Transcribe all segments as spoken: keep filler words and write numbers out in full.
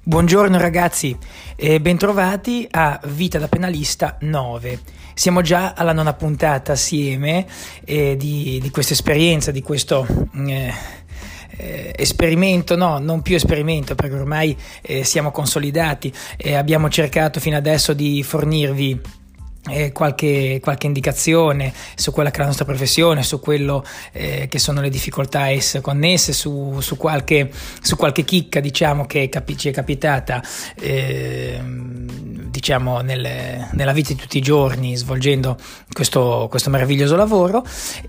Buongiorno ragazzi e bentrovati a Vita da Penalista nove. Siamo già alla nona puntata assieme eh, di, di questa esperienza, di questo eh, eh, esperimento, no, non più esperimento perché ormai eh, siamo consolidati e abbiamo cercato fino adesso di fornirvi Eh, qualche, qualche indicazione su quella che è la nostra professione, su quello eh, che sono le difficoltà esse connesse, su, su, qualche, su qualche chicca diciamo che capi- ci è capitata eh, diciamo nel, nella vita di tutti i giorni svolgendo questo, questo meraviglioso lavoro.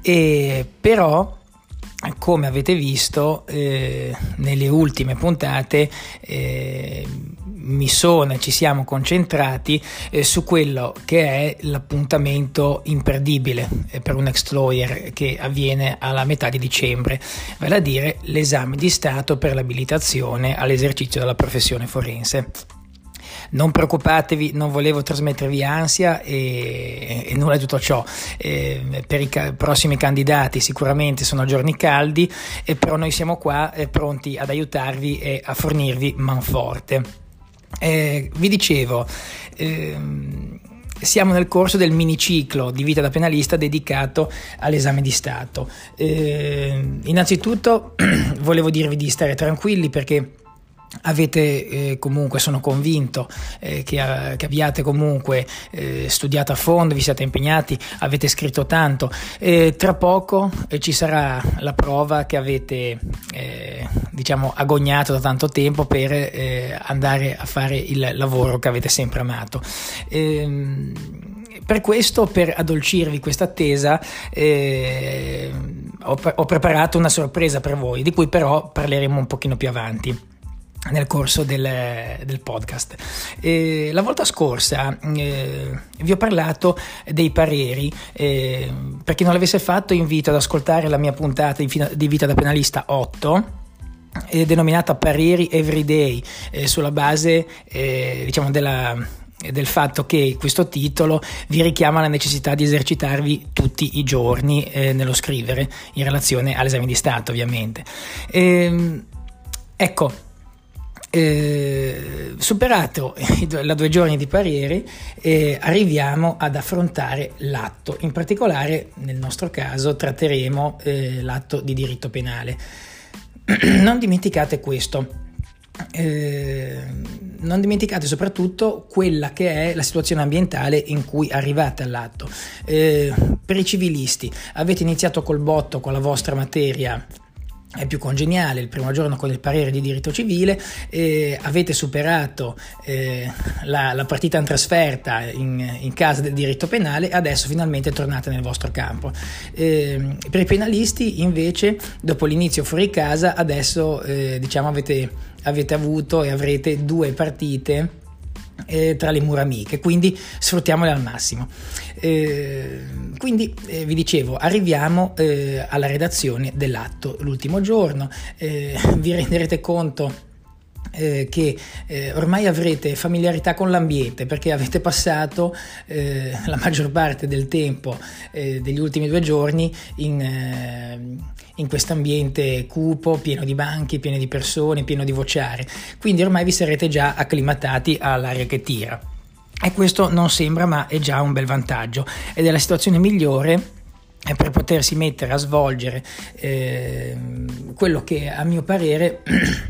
E però, come avete visto eh, nelle ultime puntate, eh, mi sono e ci siamo concentrati eh, su quello che è l'appuntamento imperdibile eh, per un ex lawyer che avviene alla metà di dicembre, vale a dire l'esame di Stato per l'abilitazione all'esercizio della professione forense. Non preoccupatevi, non volevo trasmettervi ansia e, e nulla di tutto ciò. Eh, per i ca- prossimi candidati sicuramente sono giorni caldi, eh, però noi siamo qua eh, pronti ad aiutarvi e a fornirvi manforte. Eh, vi dicevo, ehm, siamo nel corso del miniciclo di Vita da Penalista dedicato all'esame di Stato. Eh, innanzitutto volevo dirvi di stare tranquilli perché avete eh, comunque, sono convinto eh, che, eh, che abbiate comunque eh, studiato a fondo, vi siate impegnati, avete scritto tanto. Eh, tra poco eh, ci sarà la prova che avete eh, diciamo agognato da tanto tempo per eh, andare a fare il lavoro che avete sempre amato. Eh, per questo, per addolcirvi questa attesa, eh, ho, ho preparato una sorpresa per voi, di cui però parleremo un pochino più avanti nel corso del, del podcast. Eh, la volta scorsa eh, vi ho parlato dei pareri. Eh, per chi non l'avesse fatto, invito ad ascoltare la mia puntata di Vita da Penalista otto, eh, denominata Pareri Everyday, eh, sulla base eh, diciamo della del fatto che questo titolo vi richiama alla necessità di esercitarvi tutti i giorni eh, nello scrivere in relazione all'esame di Stato, ovviamente. Eh, ecco Eh, superato la due giorni di pareri, eh, arriviamo ad affrontare l'atto. In particolare, nel nostro caso, tratteremo eh, l'atto di diritto penale. Non dimenticate questo. Eh, non dimenticate soprattutto quella che è la situazione ambientale in cui arrivate all'atto. Eh, per i civilisti, avete iniziato col botto con la vostra materia è più congeniale, il primo giorno con il parere di diritto civile, eh, avete superato eh, la, la partita in trasferta in, in casa del diritto penale, adesso finalmente tornate nel vostro campo. Eh, per i penalisti invece, dopo l'inizio fuori casa, adesso eh, diciamo avete, avete avuto e avrete due partite Eh, tra le mura amiche, quindi sfruttiamole al massimo. Eh, quindi eh, vi dicevo, arriviamo eh, alla redazione dell'atto l'ultimo giorno. Eh, vi renderete conto Eh, che eh, ormai avrete familiarità con l'ambiente perché avete passato eh, la maggior parte del tempo eh, degli ultimi due giorni in, eh, in questo ambiente cupo, pieno di banchi, pieno di persone, pieno di vociare, quindi ormai vi sarete già acclimatati all'aria che tira, e questo non sembra ma è già un bel vantaggio ed è la situazione migliore per potersi mettere a svolgere eh, quello che a mio parere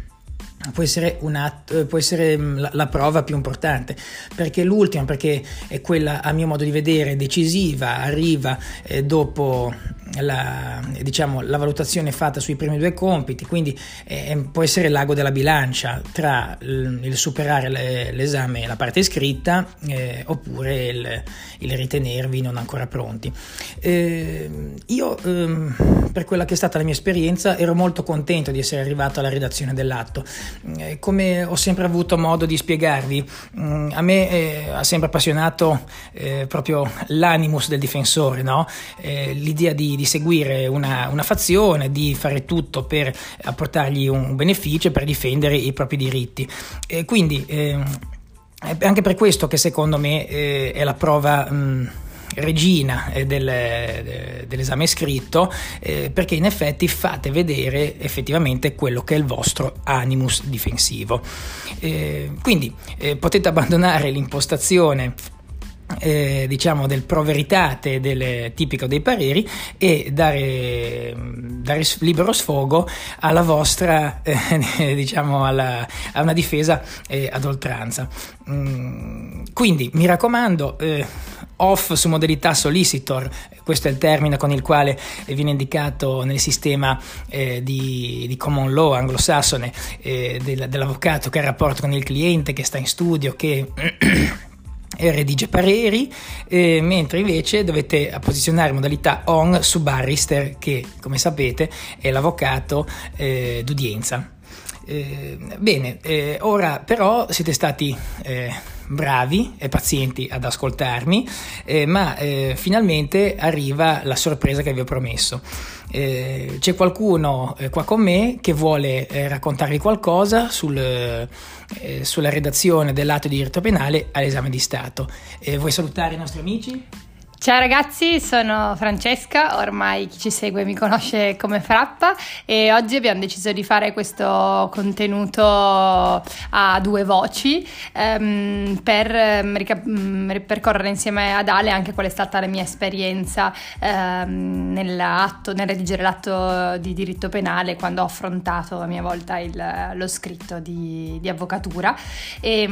può essere, un atto, può essere la, la prova più importante, perché l'ultima, perché è quella a mio modo di vedere decisiva, arriva eh, dopo la, diciamo, la valutazione fatta sui primi due compiti, quindi eh, può essere l'ago della bilancia tra il, il superare le, l'esame, la parte scritta, eh, oppure il, il ritenervi non ancora pronti. Eh, io eh, per quella che è stata la mia esperienza ero molto contento di essere arrivato alla redazione dell'atto. Eh, come ho sempre avuto modo di spiegarvi, mh, a me eh, ha sempre appassionato eh, proprio l'animus del difensore, no? Eh, l'idea di, di seguire una, una fazione, di fare tutto per apportargli un beneficio, per difendere i propri diritti. E quindi eh, è anche per questo che secondo me eh, è la prova mh, regina eh, del, de, dell'esame scritto, eh, perché in effetti fate vedere effettivamente quello che è il vostro animus difensivo. Eh, quindi eh, potete abbandonare l'impostazione Eh, diciamo del pro veritate, del tipico dei pareri, e dare, dare libero sfogo alla vostra eh, diciamo alla, a una difesa eh, ad oltranza. Mm, quindi mi raccomando, eh, off su modalità solicitor, questo è il termine con il quale viene indicato nel sistema eh, di, di common law anglosassone eh, del, dell'avvocato, che ha il rapporto con il cliente, che sta in studio, che e redige pareri, eh, mentre invece dovete posizionare modalità on su barrister, che come sapete è l'avvocato eh, d'udienza. Eh, bene, eh, ora però siete stati eh, bravi e pazienti ad ascoltarmi, eh, ma eh, finalmente arriva la sorpresa che vi ho promesso. Eh, c'è qualcuno eh, qua con me che vuole eh, raccontarvi qualcosa sul, eh, sulla redazione dell'atto di diritto penale all'esame di Stato. Eh, vuoi salutare i nostri amici? Ciao ragazzi, sono Francesca, ormai chi ci segue mi conosce come Frappa, e oggi abbiamo deciso di fare questo contenuto a due voci ehm, per ehm, ripercorrere insieme ad Ale anche qual è stata la mia esperienza ehm, nell'atto, nel redigere l'atto di diritto penale, quando ho affrontato a mia volta il, lo scritto di, di avvocatura. E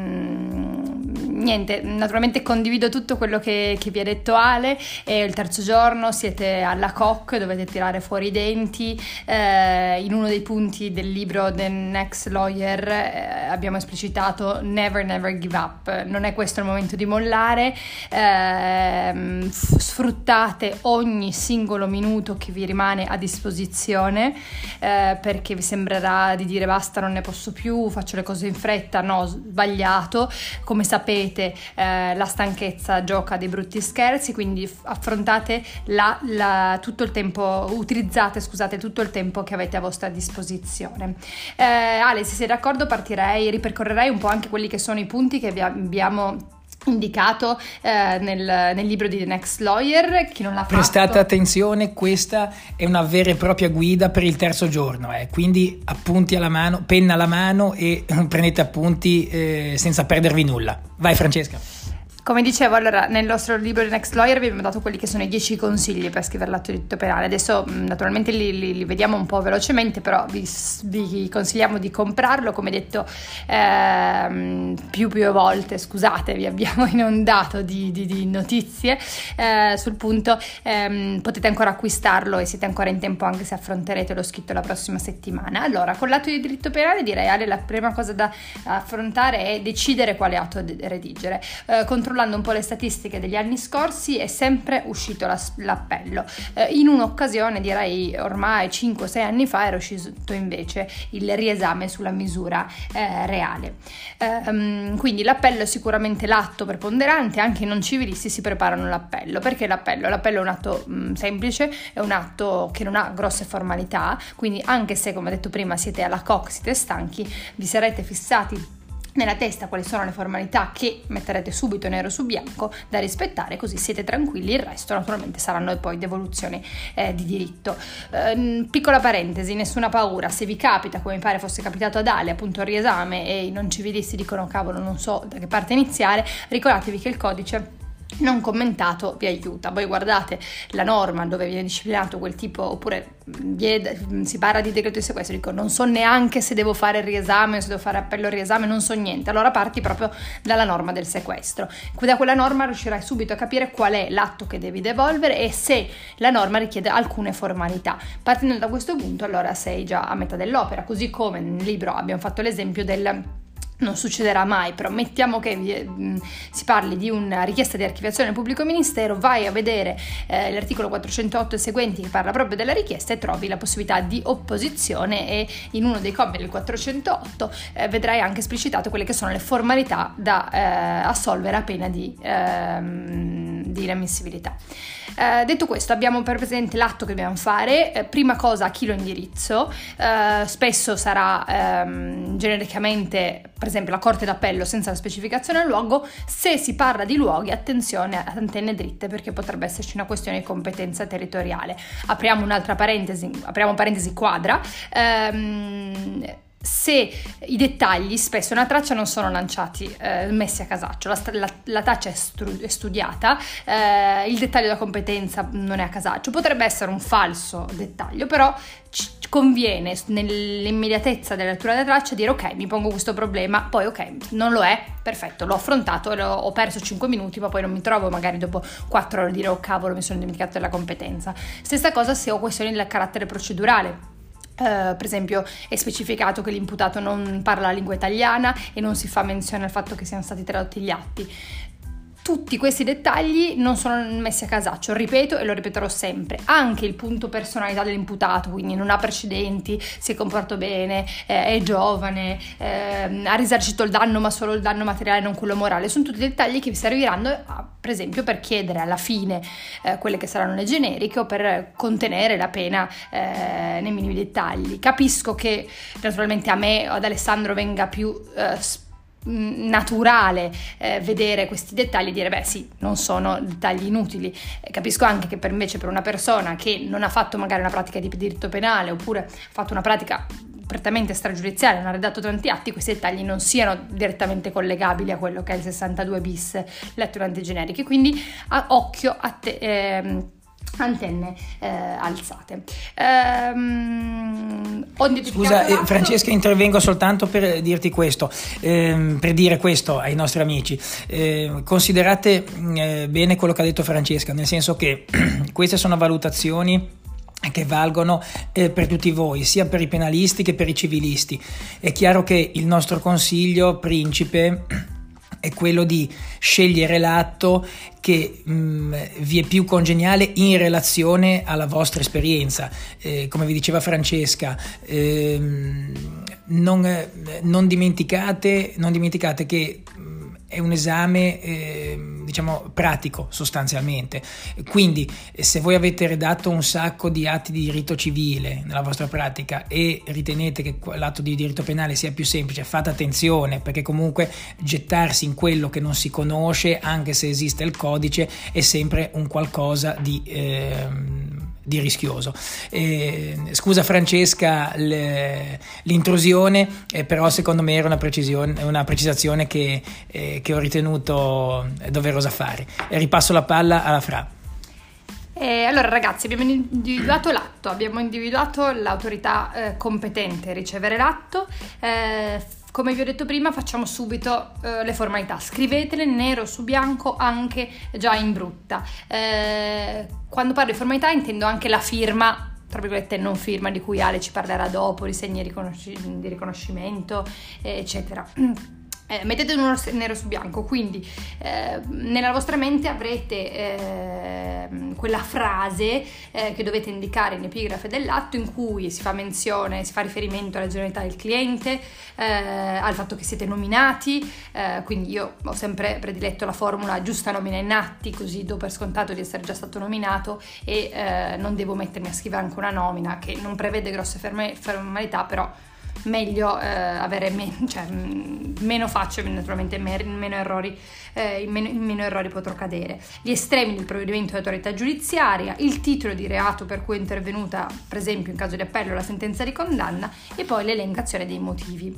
mh, niente, naturalmente condivido tutto quello che, che vi ha detto Ale. E il terzo giorno siete alla Koch, dovete tirare fuori i denti. Eh, in uno dei punti del libro The Next Lawyer eh, abbiamo esplicitato never never give up, non è questo il momento di mollare. Eh, sfruttate ogni singolo minuto che vi rimane a disposizione, eh, perché vi sembrerà di dire basta, non ne posso più, faccio le cose in fretta. No, sbagliato. Come sapete eh, la stanchezza gioca dei brutti scherzi, quindi affrontate la, la, tutto il tempo, utilizzate scusate tutto il tempo che avete a vostra disposizione. eh, Ale, se sei d'accordo, partirei, ripercorrerei un po' anche quelli che sono i punti che vi abbiamo indicato eh, nel, nel libro di The Next Lawyer. Chi non l'ha fatto, prestate attenzione, questa è una vera e propria guida per il terzo giorno, eh. Quindi appunti alla mano, penna alla mano, e prendete appunti eh, senza perdervi nulla. Vai Francesca. Come dicevo, allora, nel nostro libro The Next Lawyer vi abbiamo dato quelli che sono i dieci consigli per scrivere l'atto di diritto penale. Adesso naturalmente li, li, li vediamo un po' velocemente, però vi, vi consigliamo di comprarlo. Come detto ehm, più più volte, scusate, vi abbiamo inondato di, di, di notizie eh, sul punto. Ehm, potete ancora acquistarlo e siete ancora in tempo, anche se affronterete lo scritto la prossima settimana. Allora, con l'atto di diritto penale direi, Ale, la prima cosa da affrontare è decidere quale atto redigere. Eh, controllando un po' le statistiche degli anni scorsi, è sempre uscito la, l'appello. Eh, in un'occasione, direi ormai cinque sei anni fa, era uscito invece il riesame sulla misura eh, reale. Eh, quindi l'appello è sicuramente l'atto preponderante. Anche i non civilisti si preparano l'appello. Perché l'appello? L'appello è un atto mh, semplice, è un atto che non ha grosse formalità, quindi anche se, come detto prima, siete alla Koch, siete stanchi, vi sarete fissati nella testa quali sono le formalità che metterete subito nero su bianco da rispettare, così siete tranquilli. Il resto naturalmente saranno poi devoluzioni eh, di diritto. Eh, piccola parentesi, nessuna paura, se vi capita, come mi pare fosse capitato ad Ale, appunto il riesame, e i non civilisti dicono cavolo, non so da che parte iniziare, ricordatevi che il codice non commentato vi aiuta. Voi guardate la norma dove viene disciplinato quel tipo, oppure viene, si parla di decreto di sequestro, dico non so neanche se devo fare il riesame o se devo fare appello al riesame, non so niente. Allora parti proprio dalla norma del sequestro. Da quella norma riuscirai subito a capire qual è l'atto che devi devolvere e se la norma richiede alcune formalità. Partendo da questo punto, allora sei già a metà dell'opera. Così come nel libro abbiamo fatto l'esempio del non succederà mai, però mettiamo che mh, si parli di una richiesta di archiviazione del pubblico ministero, vai a vedere eh, l'articolo quattrocentootto e seguenti che parla proprio della richiesta e trovi la possibilità di opposizione, e in uno dei commi del quattrocentootto eh, vedrai anche esplicitato quelle che sono le formalità da eh, assolvere a pena di, ehm, di inammissibilità. Eh, detto questo, abbiamo per presente l'atto che dobbiamo fare. Eh, prima cosa, a chi lo indirizzo. Eh, spesso sarà ehm, genericamente, per esempio, la Corte d'Appello senza la specificazione del luogo. Se si parla di luoghi, attenzione a antenne dritte, perché potrebbe esserci una questione di competenza territoriale. Apriamo un'altra parentesi, apriamo parentesi quadra. Ehm, se i dettagli spesso nella traccia non sono lanciati, eh, messi a casaccio, la, la, la traccia è, stru- è studiata, eh, il dettaglio della competenza non è a casaccio, potrebbe essere un falso dettaglio, però ci conviene nell'immediatezza della lettura della traccia dire ok, mi pongo questo problema, poi ok, non lo è, perfetto, l'ho affrontato, l'ho, ho perso cinque minuti, ma poi non mi trovo magari dopo quattro ore a dire oh cavolo, mi sono dimenticato della competenza. Stessa cosa se ho questioni del carattere procedurale. Uh, per esempio è specificato che l'imputato non parla la lingua italiana e non si fa menzione al fatto che siano stati tradotti gli atti. Tutti questi dettagli non sono messi a casaccio, ripeto e lo ripeterò sempre. Anche il punto personalità dell'imputato, quindi non ha precedenti, si è comportato bene, eh, è giovane, eh, ha risarcito il danno ma solo il danno materiale, non quello morale, sono tutti dettagli che vi serviranno a, per esempio per chiedere alla fine eh, quelle che saranno le generiche o per contenere la pena eh, nei minimi dettagli. Capisco che naturalmente a me o ad Alessandro venga più eh, naturale eh, vedere questi dettagli e dire beh sì, non sono dettagli inutili. Eh, capisco anche che per invece per una persona che non ha fatto magari una pratica di diritto penale oppure ha fatto una pratica prettamente stragiudiziale, non ha redatto tanti atti, questi dettagli non siano direttamente collegabili a quello che è il sessantadue bis letture antigeneriche, quindi a occhio a te, ehm, antenne eh, alzate. Ehm, Scusa eh, Francesca, intervengo soltanto per dirti questo, ehm, per dire questo ai nostri amici. Eh, considerate eh, bene quello che ha detto Francesca, nel senso che queste sono valutazioni che valgono eh, per tutti voi, sia per i penalisti che per i civilisti. È chiaro che il nostro consiglio principe è quello di scegliere l'atto che mh, vi è più congeniale in relazione alla vostra esperienza. Eh, come vi diceva Francesca, ehm, non, non dimenticate, non dimenticate che è un esame eh, diciamo pratico sostanzialmente, quindi se voi avete redatto un sacco di atti di diritto civile nella vostra pratica e ritenete che l'atto di diritto penale sia più semplice, fate attenzione, perché comunque gettarsi in quello che non si conosce, anche se esiste il codice, è sempre un qualcosa di eh, di rischioso. Eh, scusa Francesca le, l'intrusione, eh, però secondo me era una precisione, una precisazione che, eh, che ho ritenuto doverosa fare. E ripasso la palla alla Fra. Eh, allora ragazzi, abbiamo individuato l'atto, abbiamo individuato l'autorità eh, competente a ricevere l'atto. eh, Come vi ho detto prima, facciamo subito eh, le formalità, scrivetele nero su bianco anche già in brutta. Eh, quando parlo di formalità intendo anche la firma, tra virgolette non firma, di cui Ale ci parlerà dopo, i segni riconosci- di riconoscimento, eh, eccetera. Eh, mettete uno nero su bianco, quindi eh, nella vostra mente avrete eh, quella frase eh, che dovete indicare in epigrafe dell'atto, in cui si fa menzione, si fa riferimento alla generalità del cliente, eh, al fatto che siete nominati, eh, quindi io ho sempre prediletto la formula giusta nomina in atti, così do per scontato di essere già stato nominato e eh, non devo mettermi a scrivere anche una nomina che non prevede grosse ferme- formalità, però meglio eh, avere me- cioè, mh, meno facce, naturalmente me- meno errori, eh, in, meno, in meno errori potrò cadere. Gli estremi del provvedimento di autorità giudiziaria, il titolo di reato per cui è intervenuta, per esempio in caso di appello, la sentenza di condanna, e poi l'elencazione dei motivi.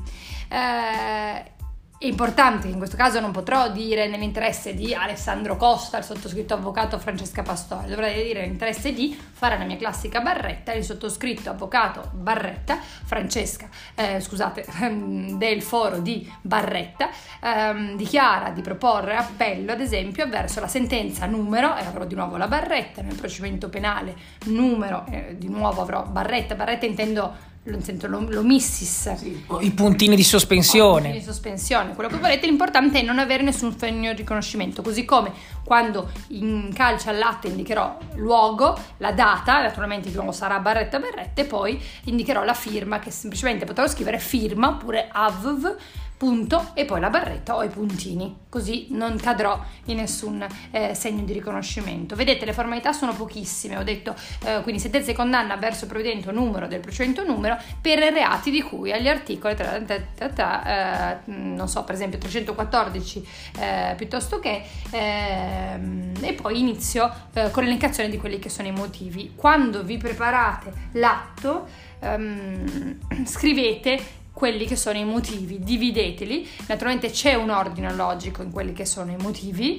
Eh, È importante che in questo caso non potrò dire nell'interesse di Alessandro Costa, il sottoscritto avvocato Francesca Pastore, dovrei dire nell'interesse di fare la mia classica barretta, il sottoscritto avvocato Barretta, Francesca, eh, scusate, del foro di Barretta, ehm, dichiara di proporre appello ad esempio avverso la sentenza numero, e avrò di nuovo la barretta, nel procedimento penale numero, eh, di nuovo avrò barretta, barretta intendo lo sento l'omissis, sì, i puntini di sospensione. puntini di sospensione, quello che volete, l'importante è non avere nessun segno di riconoscimento, così come quando in calce all'atto indicherò luogo, la data, naturalmente il luogo sarà barretta barretta, e poi indicherò la firma, che semplicemente potrò scrivere firma oppure avv punto e poi la barretta o i puntini, così non cadrò in nessun eh, segno di riconoscimento. Vedete, le formalità sono pochissime, ho detto, eh, quindi sentenza di condanna verso provvedimento numero del procedimento numero per reati di cui agli articoli tra, tra, tra, tra, eh, non so, per esempio trecentoquattordici eh, piuttosto che ehm, e poi inizio eh, con l'elencazione di quelli che sono i motivi. Quando vi preparate l'atto ehm, scrivete quelli che sono i motivi, divideteli, naturalmente c'è un ordine logico in quelli che sono i motivi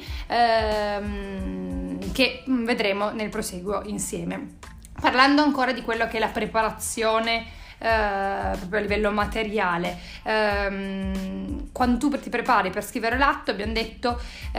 ehm, che vedremo nel proseguo insieme. Parlando ancora di quello che è la preparazione Uh, proprio a livello materiale, um, quando tu ti prepari per scrivere l'atto, abbiamo detto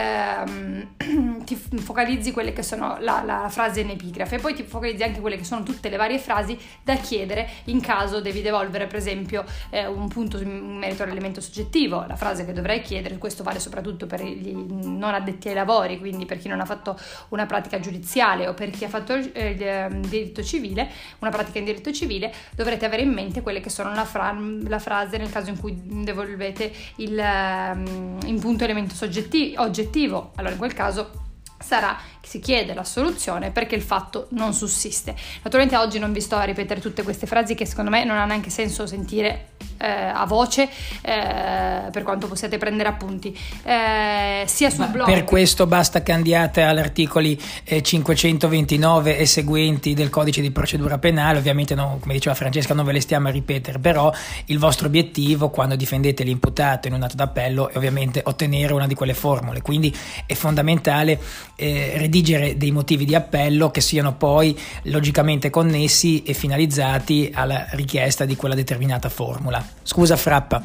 um, ti focalizzi quelle che sono la, la frase in epigrafe, poi ti focalizzi anche quelle che sono tutte le varie frasi da chiedere in caso devi devolvere per esempio eh, un punto in merito all'elemento soggettivo, la frase che dovrai chiedere. Questo vale soprattutto per gli non addetti ai lavori, quindi per chi non ha fatto una pratica giudiziale o per chi ha fatto eh, il diritto civile, una pratica in diritto civile, dovrete avere in mente quelle che sono la, fra- la frase nel caso in cui devolvete il um, in punto elemento soggettivo oggettivo. Allora in quel caso sarà che si chiede la soluzione perché il fatto non sussiste. Naturalmente oggi non vi sto a ripetere tutte queste frasi che secondo me non ha neanche senso sentire eh, a voce, eh, per quanto possiate prendere appunti eh, sia sul Ma blog. Per questo basta che andiate agli articoli eh, cinquecentoventinove e seguenti del codice di procedura penale. Ovviamente no, come diceva Francesca, non ve le stiamo a ripetere, però il vostro obiettivo quando difendete l'imputato in un atto d'appello è ovviamente ottenere una di quelle formule, quindi è fondamentale eh, redigere dei motivi di appello che siano poi logicamente connessi e finalizzati alla richiesta di quella determinata formula. Scusa Frappa.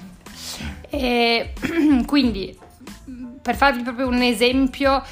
E, quindi per farvi proprio un esempio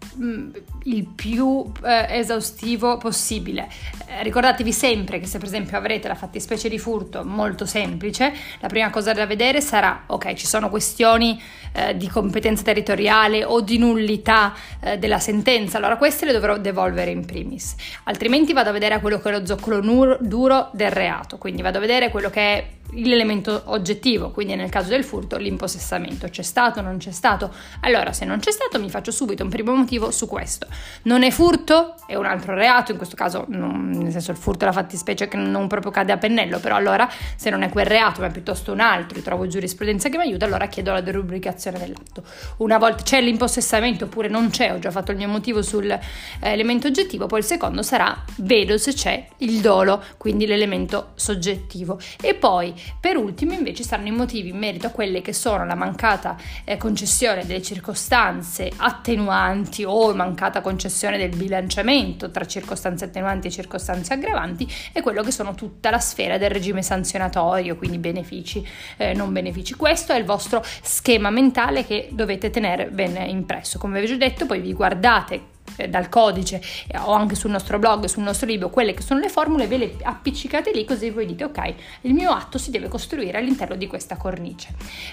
il più eh, esaustivo possibile, eh, ricordatevi sempre che se per esempio avrete la fattispecie di furto molto semplice, la prima cosa da vedere sarà ok, ci sono questioni eh, di competenza territoriale o di nullità eh, della sentenza, allora queste le dovrò devolvere in primis, altrimenti vado a vedere a quello che è lo zoccolo nur- duro del reato, quindi vado a vedere quello che è l'elemento oggettivo, quindi nel caso del furto l'impossessamento, c'è stato o non c'è stato. Allora se non c'è stato mi faccio subito un primo motivo su questo. Non è furto, è un altro reato, in questo caso non, nel senso il furto è la fattispecie che non proprio cade a pennello, però allora se non è quel reato ma piuttosto un altro, trovo giurisprudenza che mi aiuta, allora chiedo la derubricazione dell'atto. Una volta c'è l'impossessamento oppure non c'è, ho già fatto il mio motivo sull'elemento eh, oggettivo, poi il secondo sarà vedo se c'è il dolo, quindi l'elemento soggettivo, e poi per ultimo invece saranno i motivi in merito a quelle che sono la mancata eh, concessione delle circostanze attenuanti o mancata concessione del bilanciamento tra circostanze attenuanti e circostanze aggravanti, e quello che sono tutta la sfera del regime sanzionatorio, quindi benefici, eh, non benefici. Questo è il vostro schema mentale che dovete tenere ben impresso. Come vi ho già detto, poi vi guardate dal codice eh, o anche sul nostro blog, sul nostro libro, quelle che sono le formule, ve le appiccicate lì, così voi dite ok, il mio atto si deve costruire all'interno di questa cornice.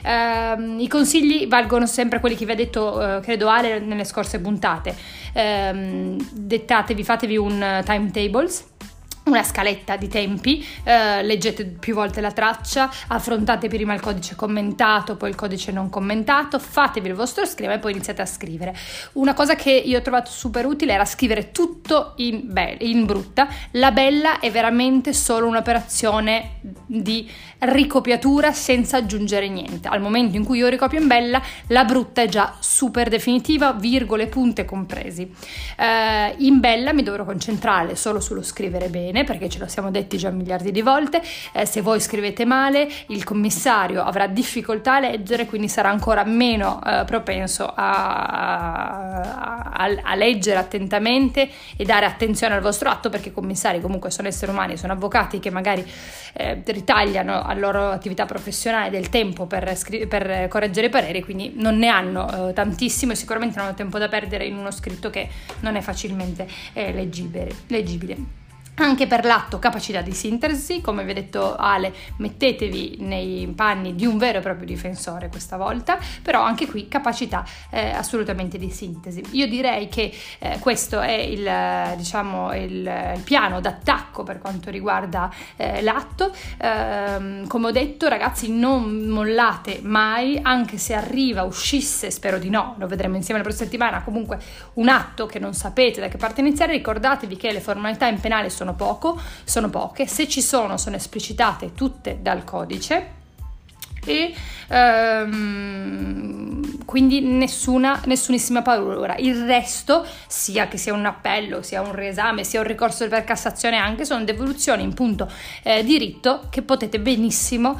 Uh, i consigli valgono sempre quelli che vi ha detto uh, credo Ale nelle scorse puntate. Uh, dettatevi, fatevi un timetables, una scaletta di tempi, eh, leggete più volte la traccia, affrontate prima il codice commentato, poi il codice non commentato, fatevi il vostro schema e poi iniziate a scrivere. Una cosa che io ho trovato super utile era scrivere tutto in, be- in brutta. La bella è veramente solo un'operazione di ricopiatura senza aggiungere niente. Al momento in cui io ricopio in bella, la brutta è già super definitiva, virgole, punte compresi. Eh, in bella mi dovrò concentrare solo sullo scrivere bene, perché ce lo siamo detti già miliardi di volte. Eh, se voi scrivete male, il commissario avrà difficoltà a leggere, quindi sarà ancora meno eh, propenso a, a, a leggere attentamente e dare attenzione al vostro atto, perché i commissari comunque sono esseri umani, sono avvocati che magari eh, ritagliano alla loro attività professionale del tempo per, scri- per correggere i pareri, quindi non ne hanno eh, tantissimo e sicuramente non hanno tempo da perdere in uno scritto che non è facilmente eh, leggibile. leggibile. Anche per l'atto capacità di sintesi, come vi ha detto Ale, mettetevi nei panni di un vero e proprio difensore questa volta, però anche qui capacità eh, assolutamente di sintesi. Io direi che eh, questo è il, diciamo, il, il piano d'attacco attacco per quanto riguarda eh, l'atto. Eh, come ho detto, ragazzi, non mollate mai, anche se arriva, uscisse, spero di no, lo vedremo insieme la prossima settimana, comunque un atto che non sapete da che parte iniziare, ricordatevi che le formalità in penale sono poco, sono poche, se ci sono sono esplicitate tutte dal codice e ehm, quindi nessuna, nessunissima paura. Il resto, sia che sia un appello, sia un riesame, sia un ricorso per Cassazione, anche sono devoluzioni in punto eh, diritto che potete benissimo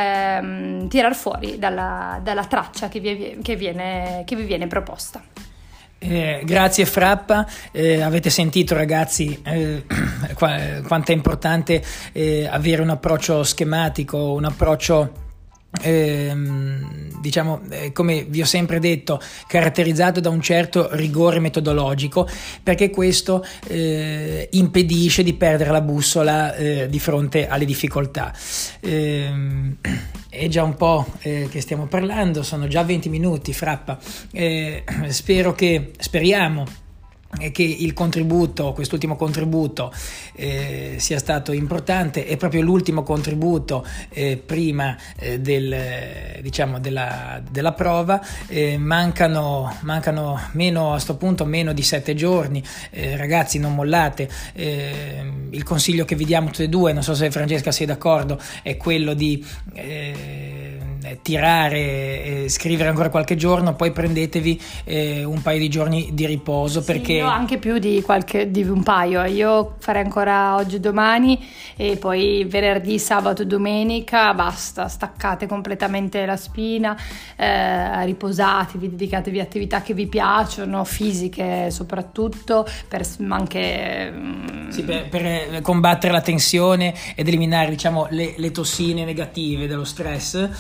ehm, tirar fuori dalla, dalla traccia che vi, che viene, che vi viene proposta. Eh, grazie Frappa, eh, avete sentito ragazzi eh, qu- quanto è importante eh, avere un approccio schematico, un approccio Eh, diciamo eh, come vi ho sempre detto, caratterizzato da un certo rigore metodologico, perché questo eh, impedisce di perdere la bussola eh, di fronte alle difficoltà. Eh, è già un po' eh, che stiamo parlando, sono già venti minuti Frappa, eh, spero che speriamo che il contributo, quest'ultimo contributo eh, sia stato importante. È proprio l'ultimo contributo eh, prima eh, del, eh, diciamo della, della prova, eh, mancano, mancano meno a sto punto meno di sette giorni, eh, ragazzi non mollate, eh, il consiglio che vi diamo tutti e due, non so se Francesca sei d'accordo, è quello di eh, tirare, eh, scrivere ancora qualche giorno, poi prendetevi eh, un paio di giorni di riposo, sì, perché io anche più di qualche di un paio, io farei ancora oggi e domani e poi venerdì, sabato e domenica basta, staccate completamente la spina, eh, riposatevi, dedicatevi a attività che vi piacciono, fisiche soprattutto, per anche sì, per, per combattere la tensione ed eliminare, diciamo, le, le tossine negative dello stress.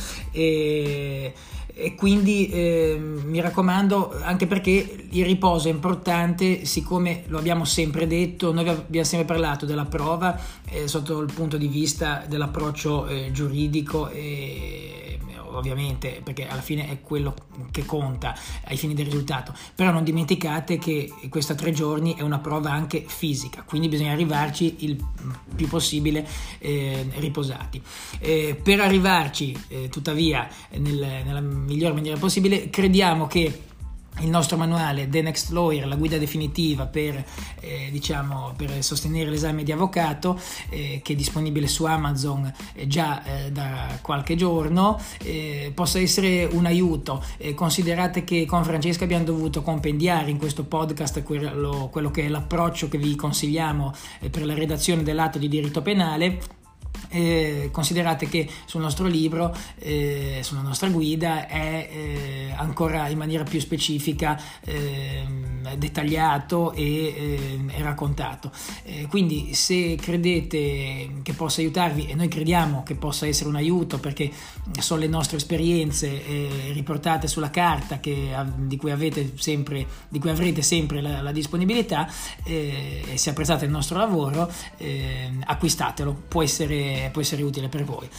E, e quindi eh, mi raccomando, anche perché il riposo è importante, siccome lo abbiamo sempre detto, noi abbiamo sempre parlato della prova eh, sotto il punto di vista dell'approccio eh, giuridico e ovviamente perché alla fine è quello che conta ai fini del risultato, però non dimenticate che questa tre giorni è una prova anche fisica, quindi bisogna arrivarci il più possibile eh, riposati. Eh, per arrivarci eh, tuttavia nel, nella miglior maniera possibile, crediamo che il nostro manuale The Next Lawyer, la guida definitiva per, eh, diciamo, per sostenere l'esame di avvocato, eh, che è disponibile su Amazon eh, già eh, da qualche giorno, eh, possa essere un aiuto. Eh, considerate che con Francesca abbiamo dovuto compendiare in questo podcast quello, quello che è l'approccio che vi consigliamo eh, per la redazione dell'atto di diritto penale. Eh, considerate che sul nostro libro, eh, sulla nostra guida è eh, ancora in maniera più specifica eh, dettagliato e, eh, e raccontato, eh, quindi se credete che possa aiutarvi, e noi crediamo che possa essere un aiuto perché sono le nostre esperienze eh, riportate sulla carta che, di cui avete sempre di cui avrete sempre la, la disponibilità, eh, e se apprezzate il nostro lavoro eh, acquistatelo, può essere può essere utile per voi.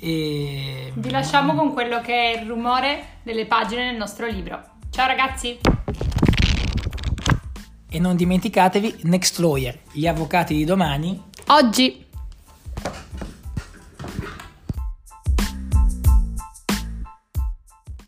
E vi lasciamo con quello che è il rumore delle pagine del nostro libro. Ciao ragazzi! E non dimenticatevi Next Lawyer, gli avvocati di domani oggi.